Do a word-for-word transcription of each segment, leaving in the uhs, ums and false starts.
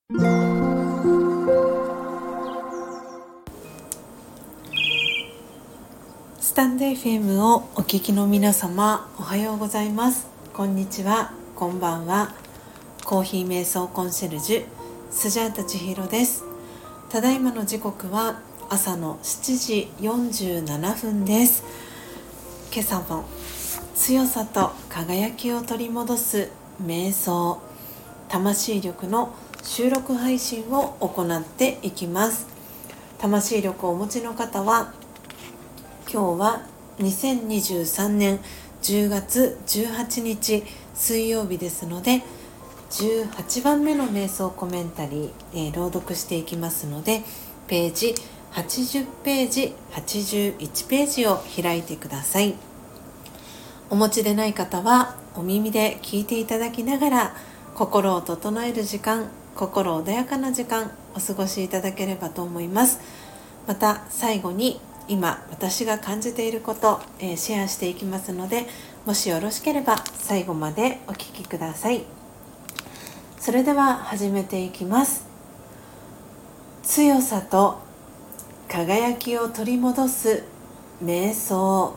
スタンド エフエム をお聞きの皆様、おはようございます。こんにちは、こんばんは。コーヒー瞑想コンシェルジュスジャータ千尋です。ただいまの時刻は朝のしちじよんじゅうななふんです。今朝も強さと輝きを取り戻す瞑想、魂力の収録配信を行っていきます。魂力をお持ちの方は、今日はにせんにじゅうさんねんじゅうがつじゅうはちにち水曜日ですので、じゅうはちばんめの瞑想コメンタリー、えー、朗読していきますので、ページはちじゅうページ、はちじゅういちページを開いてください。お持ちでない方はお耳で聞いていただきながら、心を整える時間、心穏やかな時間お過ごしいただければと思います。また最後に今私が感じていること、えー、シェアしていきますので、もしよろしければ最後までお聞きください。それでは始めていきます。強さと輝きを取り戻す瞑想、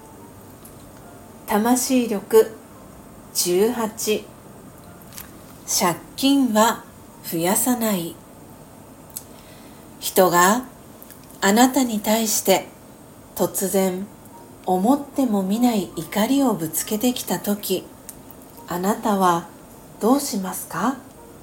魂力じゅうはち、借金は増やさない。人があなたに対して突然思ってもみない怒りをぶつけてきたとき、あなたはどうしますか？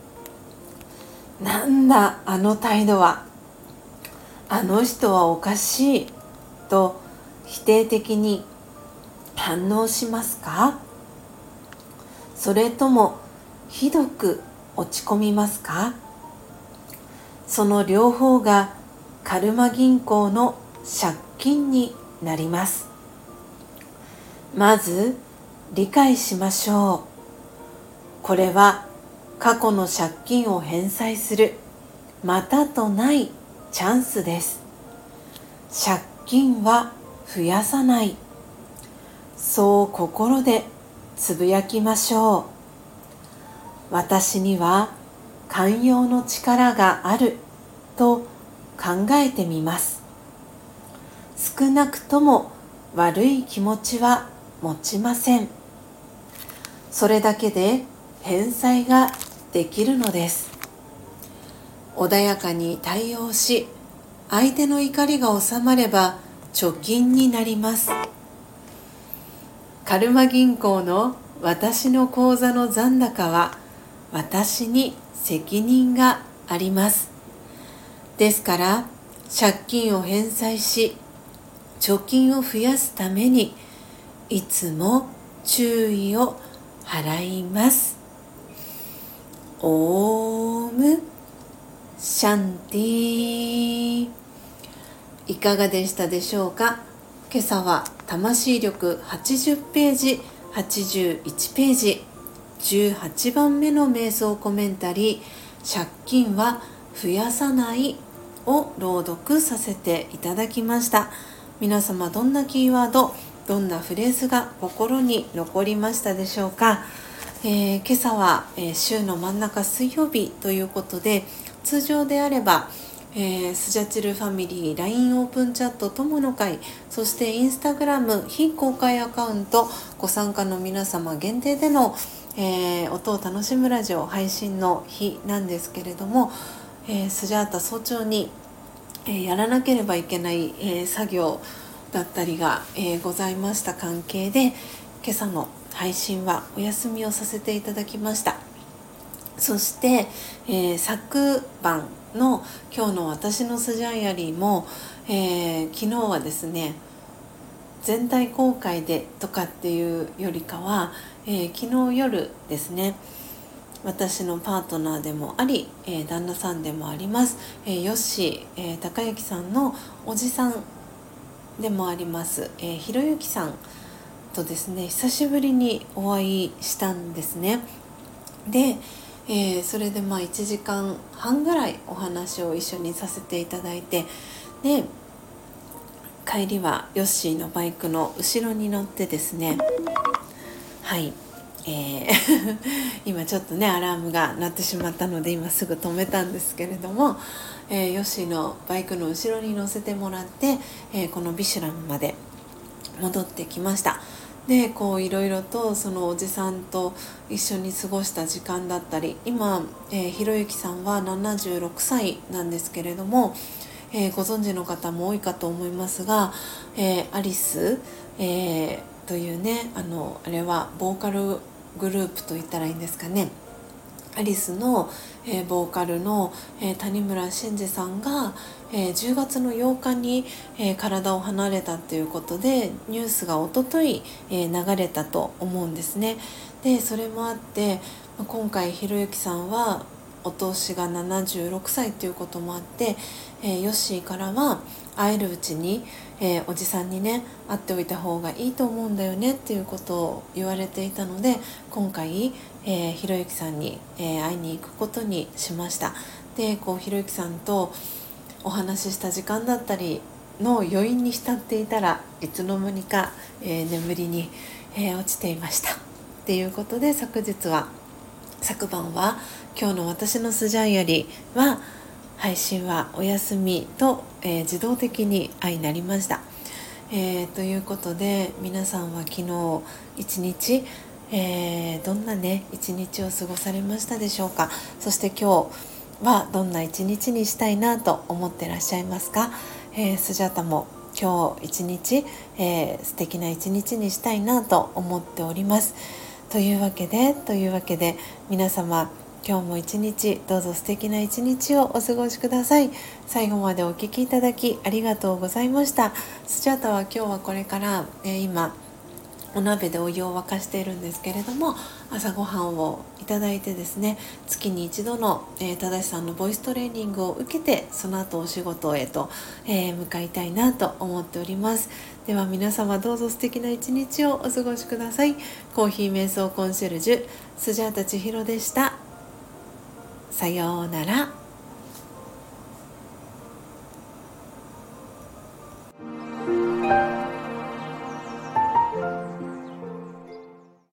なんだあの態度は、あの人はおかしいと否定的に反応しますか？それともひどく落ち込みますか？その両方がカルマ銀行の借金になります。まず理解しましょう。これは過去の借金を返済するまたとないチャンスです。借金は増やさない。そう心でつぶやきましょう。私には寛容の力があると考えてみます。少なくとも悪い気持ちは持ちません。それだけで返済ができるのです。穏やかに対応し、相手の怒りが収まれば貯金になります。カルマ銀行の私の口座の残高は私に責任があります。ですから借金を返済し、貯金を増やすためにいつも注意を払います。オームシャンティ。いかがでしたでしょうか。今朝は魂力はちじゅうページ、はちじゅういちページ、じゅうはちばんめの瞑想コメンタリー、借金は増やさないを朗読させていただきました。皆様どんなキーワード、どんなフレーズが心に残りましたでしょうか。えー、今朝は、えー、週の真ん中水曜日ということで、通常であれば、えー、スジャチルファミリー ライン オープンチャット友の会、そしてインスタグラム非公開アカウントご参加の皆様限定での、えー、音を楽しむラジオ配信の日なんですけれども、えー、スジャータ早朝に、えー、やらなければいけない、えー、作業だったりが、えー、ございました関係で、今朝の配信はお休みをさせていただきました。そして、えー、昨晩の今日の私のスジャイアリーも、えー、昨日はですね、全体公開でとかっていうよりかは、えー、昨日夜ですね、私のパートナーでもあり、えー、旦那さんでもあります、えー、ヨッシー、えー、高之さんのおじさんでもあります、えー、ひろゆきさんとですね、久しぶりにお会いしたんですね。で、えー、それでまあいちじかんはんぐらいお話を一緒にさせていただいて、で帰りはヨッシーのバイクの後ろに乗ってですね、はい、 えー今ちょっとねアラームが鳴ってしまったので今すぐ止めたんですけれども、えー、ヨッシーのバイクの後ろに乗せてもらって、えー、このビシュランまで戻ってきました。でこういろいろとそのおじさんと一緒に過ごした時間だったり、今、えー、ひろゆきさんはななじゅうろくさいなんですけれども、えー、ご存知の方も多いかと思いますが、えー、アリス、えー、というねあのあれはボーカルグループと言ったらいいんですかね。アリスの、えー、ボーカルの、えー、谷村新司さんが、えー、じゅうがつのようかに、えー、体を離れたということでニュースがおととい、えー、流れたと思うんですね。でそれもあって今回ひろゆきさんはお年がななじゅうろくさいということもあって、えー、ヨッシーからは会えるうちに、えー、おじさんにね会っておいた方がいいと思うんだよねっていうことを言われていたので、今回、えー、ひろゆきさんに、えー、会いに行くことにしました。でこうひろゆきさんとお話しした時間だったりの余韻に浸っていたらいつの間にか、えー、眠りに、えー、落ちていましたっていうことで、昨日は昨晩は今日の私のスジャイアリは配信はお休みと、えー、自動的に相なりました。えー、ということで皆さんは昨日一日、えー、どんなね一日を過ごされましたでしょうか。そして今日はどんな一日にしたいなと思ってらっしゃいますか。えー、スジャタも今日一日、えー、素敵な一日にしたいなと思っております。というわけでというわけで皆様今日も一日どうぞ素敵な一日をお過ごしください。最後までお聞きいただきありがとうございました。スジャタは今日はこれから、えー、今お鍋でお湯を沸かしているんですけれども、朝ごはんをいただいてですね、月に一度の、えー、正さんのボイストレーニングを受けてその後お仕事へと、えー、向かいたいなと思っております。では皆様どうぞ素敵な一日をお過ごしください。コーヒー瞑想コンシェルジュスジャータ千尋でした。さようなら。